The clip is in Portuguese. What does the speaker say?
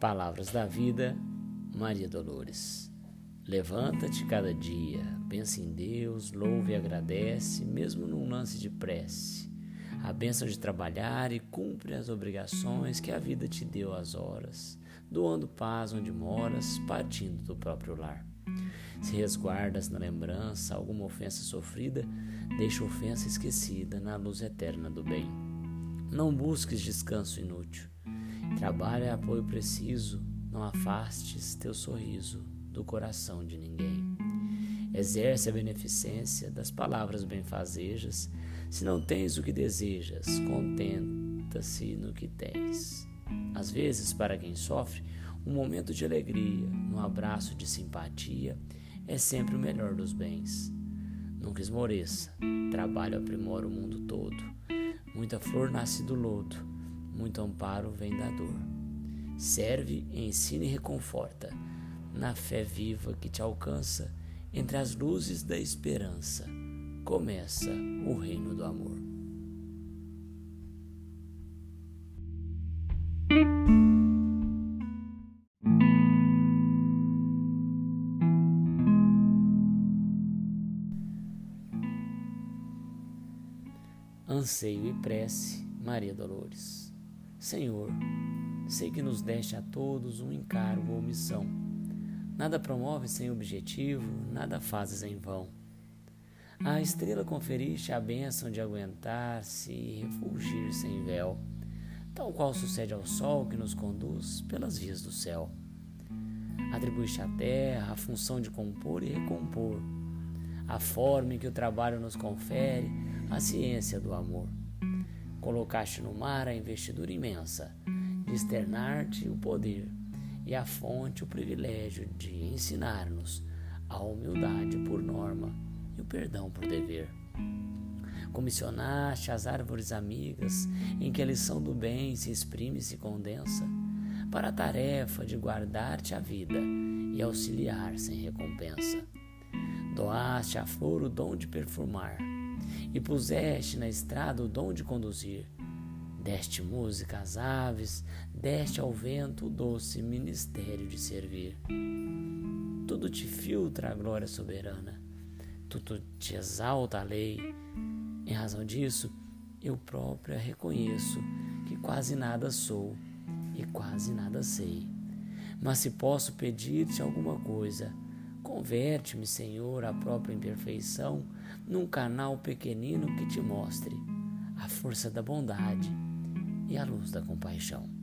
Palavras da vida, Maria Dolores. Levanta-te cada dia, pensa em Deus, louve e agradece, mesmo num lance de prece. A bênção de trabalhar e cumpre as obrigações que a vida te deu às horas, doando paz onde moras, partindo do próprio lar. Se resguardas na lembrança alguma ofensa sofrida, deixa a ofensa esquecida na luz eterna do bem. Não busques descanso inútil. Trabalho é apoio preciso, não afastes teu sorriso do coração de ninguém. Exerce a beneficência das palavras benfazejas. Se não tens o que desejas, contenta-se no que tens. Às vezes, para quem sofre, um momento de alegria, um abraço de simpatia, é sempre o melhor dos bens. Nunca esmoreça, trabalho aprimora o mundo todo. Muita flor nasce do lodo, muito amparo vem da dor. Serve, ensina e reconforta, na fé viva que te alcança, entre as luzes da esperança, começa o reino do amor. Anseio e prece, Maria Dolores. Senhor, sei que nos deste a todos um encargo ou missão. Nada promoves sem objetivo, nada fazes em vão. À estrela conferiste a bênção de aguentar-se e refulgir sem véu, tal qual sucede ao sol que nos conduz pelas vias do céu. Atribuíste à terra a função de compor e recompor, a forma em que o trabalho nos confere a ciência do amor. Colocaste no mar a investidura imensa de externar-te o poder e a fonte o privilégio de ensinar-nos a humildade por norma e o perdão por dever. Comissionaste as árvores amigas em que a lição do bem se exprime e se condensa para a tarefa de guardar-te a vida e auxiliar sem recompensa. Doaste à flor o dom de perfumar e puseste na estrada o dom de conduzir. Deste música às aves, deste ao vento o doce ministério de servir. Tudo te filtra a glória soberana, tudo te exalta a lei. Em razão disso, eu própria reconheço que quase nada sou e quase nada sei. Mas se posso pedir-te alguma coisa, converte-me, Senhor, à própria imperfeição, num canal pequenino que te mostre a força da bondade e a luz da compaixão.